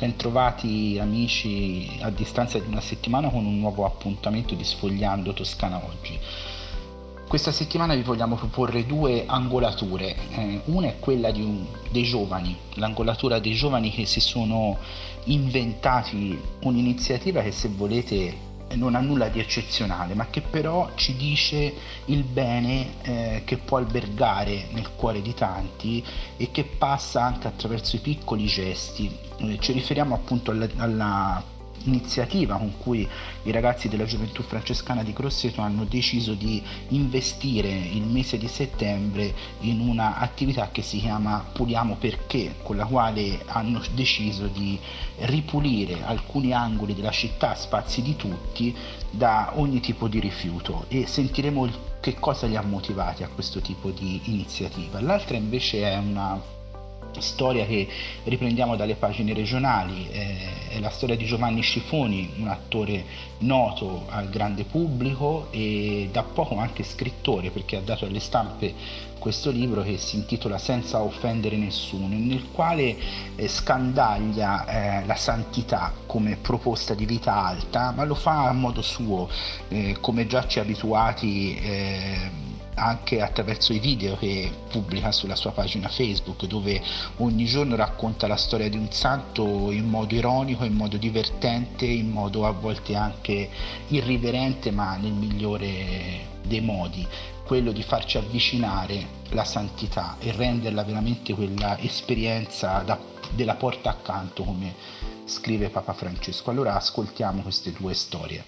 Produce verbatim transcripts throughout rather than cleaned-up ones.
Bentrovati amici a distanza di una settimana con un nuovo appuntamento di Sfogliando Toscana Oggi. Questa settimana vi vogliamo proporre due angolature, eh, una è quella di un, dei giovani, l'angolatura dei giovani che si sono inventati un'iniziativa che, se volete, non ha nulla di eccezionale, ma che però ci dice il bene eh, che può albergare nel cuore di tanti e che passa anche attraverso i piccoli gesti. Eh, ci riferiamo appunto alla, alla iniziativa con cui i ragazzi della Gioventù Francescana di Grosseto hanno deciso di investire il mese di settembre in una attività che si chiama Puliamo Perché, con la quale hanno deciso di ripulire alcuni angoli della città, spazi di tutti, da ogni tipo di rifiuto, e sentiremo che cosa li ha motivati a questo tipo di iniziativa. L'altra invece è una storia che riprendiamo dalle pagine regionali, eh, è la storia di Giovanni Scifoni, un attore noto al grande pubblico e da poco anche scrittore, perché ha dato alle stampe questo libro che si intitola Senza offendere nessuno, nel quale eh, scandaglia eh, la santità come proposta di vita alta, ma lo fa a modo suo, eh, come già ci ha abituati eh, anche attraverso i video che pubblica sulla sua pagina Facebook, dove ogni giorno racconta la storia di un santo in modo ironico, in modo divertente, in modo a volte anche irriverente, ma nel migliore dei modi, quello di farci avvicinare la santità e renderla veramente quella esperienza da, della porta accanto, come scrive Papa Francesco. Allora ascoltiamo queste due storie.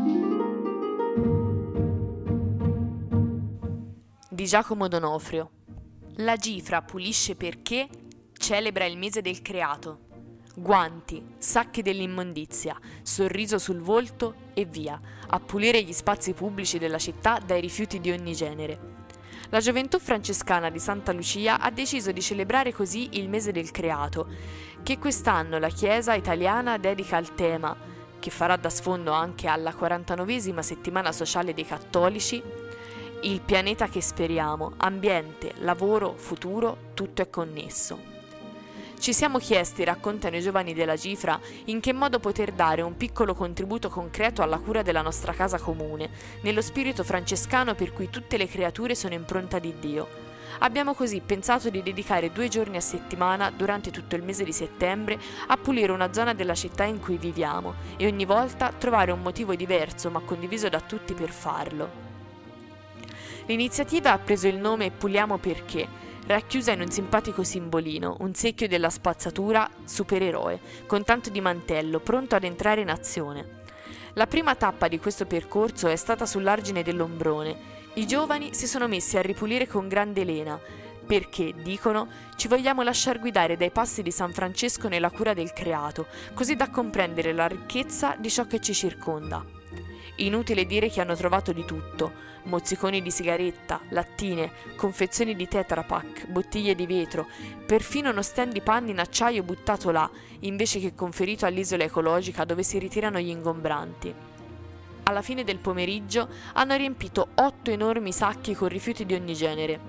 Di Giacomo D'Onofrio. La Gifra pulisce perché celebra il mese del creato. Guanti, sacchi dell'immondizia, sorriso sul volto e via, a pulire gli spazi pubblici della città dai rifiuti di ogni genere. La Gioventù Francescana di Santa Lucia ha deciso di celebrare così il mese del creato, che quest'anno la Chiesa italiana dedica al tema, che farà da sfondo anche alla quarantanovesima settimana sociale dei cattolici: il pianeta che speriamo, ambiente, lavoro, futuro, tutto è connesso. Ci siamo chiesti, raccontano i giovani della Gifra, in che modo poter dare un piccolo contributo concreto alla cura della nostra casa comune, nello spirito francescano per cui tutte le creature sono impronta di Dio. Abbiamo così pensato di dedicare due giorni a settimana, durante tutto il mese di settembre, a pulire una zona della città in cui viviamo e ogni volta trovare un motivo diverso ma condiviso da tutti per farlo. L'iniziativa ha preso il nome Puliamo Perché, racchiusa in un simpatico simbolino, un secchio della spazzatura supereroe, con tanto di mantello, pronto ad entrare in azione. La prima tappa di questo percorso è stata sull'argine dell'Ombrone. I giovani si sono messi a ripulire con grande lena, perché, dicono, ci vogliamo lasciar guidare dai passi di San Francesco nella cura del creato, così da comprendere la ricchezza di ciò che ci circonda. Inutile dire che hanno trovato di tutto: mozziconi di sigaretta, lattine, confezioni di Tetra Pak, bottiglie di vetro, perfino uno stand di panni in acciaio buttato là, invece che conferito all'isola ecologica dove si ritirano gli ingombranti. Alla fine del pomeriggio hanno riempito otto enormi sacchi con rifiuti di ogni genere.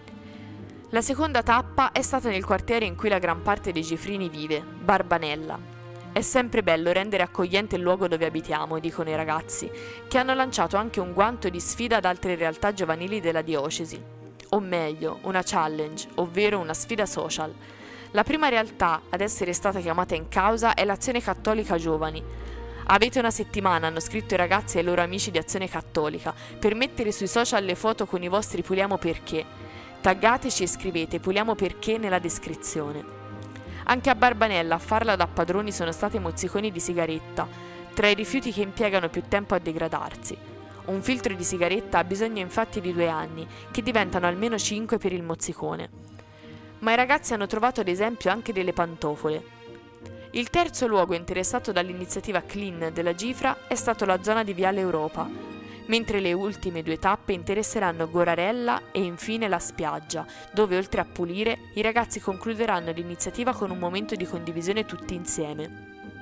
La seconda tappa è stata nel quartiere in cui la gran parte dei gifrini vive, Barbanella. È sempre bello rendere accogliente il luogo dove abitiamo, dicono i ragazzi, che hanno lanciato anche un guanto di sfida ad altre realtà giovanili della diocesi. O meglio, una challenge, ovvero una sfida social. La prima realtà ad essere stata chiamata in causa è l'Azione Cattolica Giovani. Avete una settimana, hanno scritto i ragazzi ai loro amici di Azione Cattolica, per mettere sui social le foto con i vostri Puliamo Perché. Taggateci e scrivete Puliamo Perché nella descrizione. Anche a Barbanella a farla da padroni sono state mozziconi di sigaretta, tra i rifiuti che impiegano più tempo a degradarsi. Un filtro di sigaretta ha bisogno infatti di due anni, che diventano almeno cinque per il mozzicone. Ma i ragazzi hanno trovato ad esempio anche delle pantofole. Il terzo luogo interessato dall'iniziativa Clean della Gifra è stato la zona di Viale Europa, mentre le ultime due tappe interesseranno Gorarella e infine la spiaggia, dove oltre a pulire i ragazzi concluderanno l'iniziativa con un momento di condivisione tutti insieme.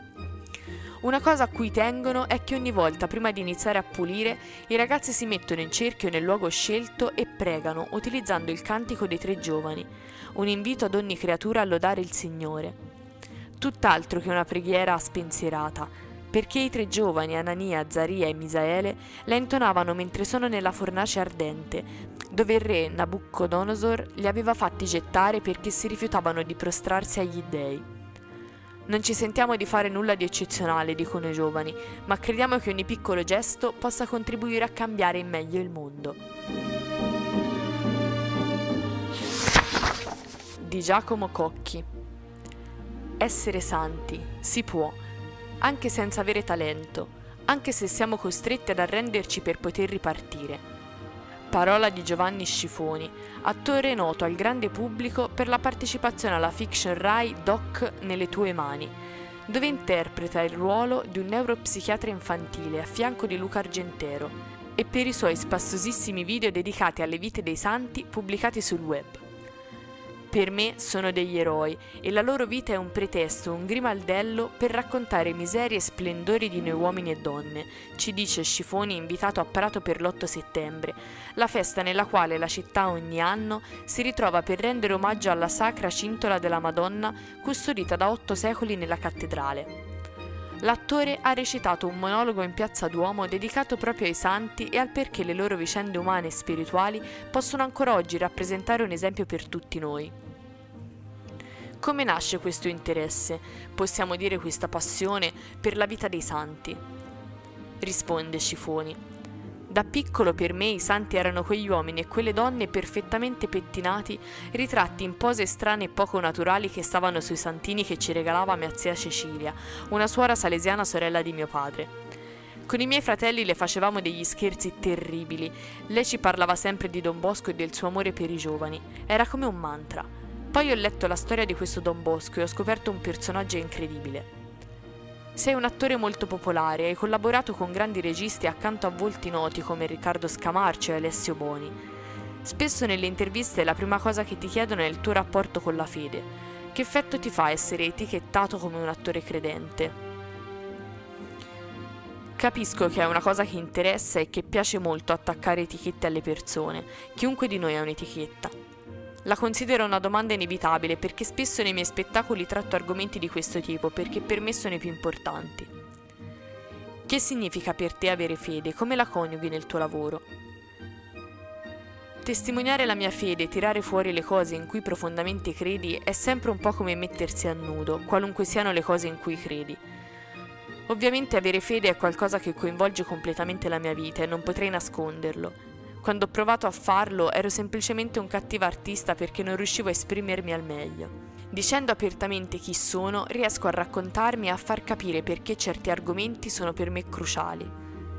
Una cosa a cui tengono è che ogni volta prima di iniziare a pulire i ragazzi si mettono in cerchio nel luogo scelto e pregano utilizzando il cantico dei tre giovani, un invito ad ogni creatura a lodare il Signore. Tutt'altro che una preghiera spensierata, perché i tre giovani, Anania, Azaria e Misaele, la intonavano mentre sono nella fornace ardente, dove il re Nabucodonosor li aveva fatti gettare perché si rifiutavano di prostrarsi agli dei. Non ci sentiamo di fare nulla di eccezionale, dicono i giovani, ma crediamo che ogni piccolo gesto possa contribuire a cambiare in meglio il mondo. Di Giacomo Cocchi. Essere santi si può, anche senza avere talento, anche se siamo costretti ad arrenderci per poter ripartire. Parola di Giovanni Scifoni, attore noto al grande pubblico per la partecipazione alla fiction Rai Doc Nelle tue mani, dove interpreta il ruolo di un neuropsichiatra infantile a fianco di Luca Argentero, e per i suoi spastosissimi video dedicati alle vite dei santi pubblicati sul web. Per me sono degli eroi e la loro vita è un pretesto, un grimaldello per raccontare miserie e splendori di noi uomini e donne, ci dice Scifoni, invitato a Prato per l'otto settembre, la festa nella quale la città ogni anno si ritrova per rendere omaggio alla sacra cintola della Madonna custodita da otto secoli nella cattedrale. L'attore ha recitato un monologo in Piazza Duomo dedicato proprio ai santi e al perché le loro vicende umane e spirituali possono ancora oggi rappresentare un esempio per tutti noi. Come nasce questo interesse, possiamo dire questa passione, per la vita dei santi? Risponde Scifoni. Da piccolo per me i santi erano quegli uomini e quelle donne perfettamente pettinati, ritratti in pose strane e poco naturali che stavano sui santini che ci regalava mia zia Cecilia, una suora salesiana sorella di mio padre. Con i miei fratelli le facevamo degli scherzi terribili. Lei ci parlava sempre di Don Bosco e del suo amore per i giovani. Era come un mantra. Poi ho letto la storia di questo Don Bosco e ho scoperto un personaggio incredibile. Sei un attore molto popolare e hai collaborato con grandi registi accanto a volti noti come Riccardo Scamarcio e Alessio Boni. Spesso nelle interviste la prima cosa che ti chiedono è il tuo rapporto con la fede. Che effetto ti fa essere etichettato come un attore credente? Capisco che è una cosa che interessa e che piace molto attaccare etichette alle persone. Chiunque di noi ha un'etichetta. La considero una domanda inevitabile perché spesso nei miei spettacoli tratto argomenti di questo tipo perché per me sono i più importanti. Che significa per te avere fede? Come la coniughi nel tuo lavoro? Testimoniare la mia fede e tirare fuori le cose in cui profondamente credi è sempre un po' come mettersi a nudo, qualunque siano le cose in cui credi. Ovviamente avere fede è qualcosa che coinvolge completamente la mia vita e non potrei nasconderlo. Quando ho provato a farlo ero semplicemente un cattivo artista perché non riuscivo a esprimermi al meglio. Dicendo apertamente chi sono, riesco a raccontarmi e a far capire perché certi argomenti sono per me cruciali.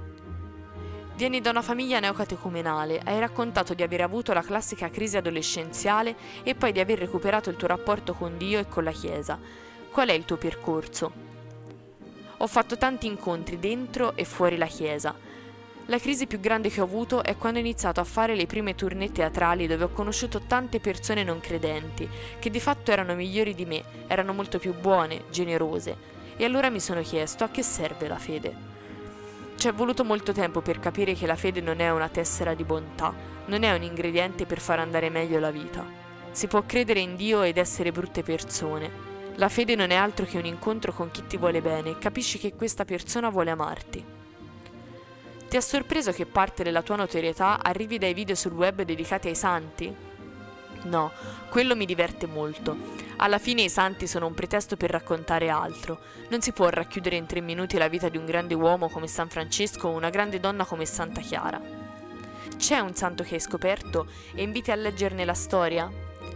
Vieni da una famiglia neocatecumenale, hai raccontato di aver avuto la classica crisi adolescenziale e poi di aver recuperato il tuo rapporto con Dio e con la Chiesa. Qual è il tuo percorso? Ho fatto tanti incontri dentro e fuori la Chiesa. La crisi più grande che ho avuto è quando ho iniziato a fare le prime tournée teatrali dove ho conosciuto tante persone non credenti, che di fatto erano migliori di me, erano molto più buone, generose, e allora mi sono chiesto a che serve la fede. Ci è voluto molto tempo per capire che la fede non è una tessera di bontà, non è un ingrediente per far andare meglio la vita. Si può credere in Dio ed essere brutte persone. La fede non è altro che un incontro con chi ti vuole bene e capisci che questa persona vuole amarti. Ti ha sorpreso che parte della tua notorietà arrivi dai video sul web dedicati ai santi? No, quello mi diverte molto. Alla fine i santi sono un pretesto per raccontare altro. Non si può racchiudere in tre minuti la vita di un grande uomo come San Francesco o una grande donna come Santa Chiara. C'è un santo che hai scoperto e inviti a leggerne la storia?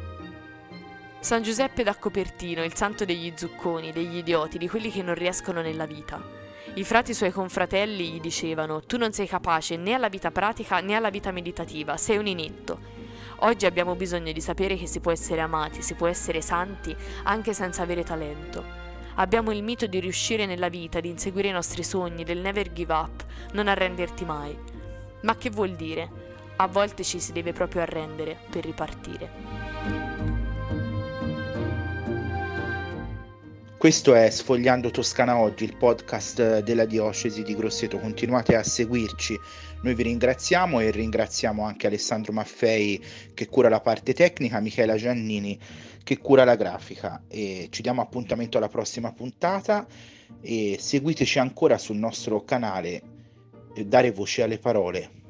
San Giuseppe da Copertino, il santo degli zucconi, degli idioti, di quelli che non riescono nella vita. I frati suoi confratelli gli dicevano: tu non sei capace né alla vita pratica né alla vita meditativa, sei un inetto. Oggi abbiamo bisogno di sapere che si può essere amati, si può essere santi anche senza avere talento. Abbiamo il mito di riuscire nella vita, di inseguire i nostri sogni, del never give up, non arrenderti mai. Ma che vuol dire? A volte ci si deve proprio arrendere per ripartire. Questo è Sfogliando Toscana Oggi, il podcast della diocesi di Grosseto. Continuate a seguirci, noi vi ringraziamo e ringraziamo anche Alessandro Maffei che cura la parte tecnica, Michela Giannini che cura la grafica, e ci diamo appuntamento alla prossima puntata e seguiteci ancora sul nostro canale Dare Voce alle Parole.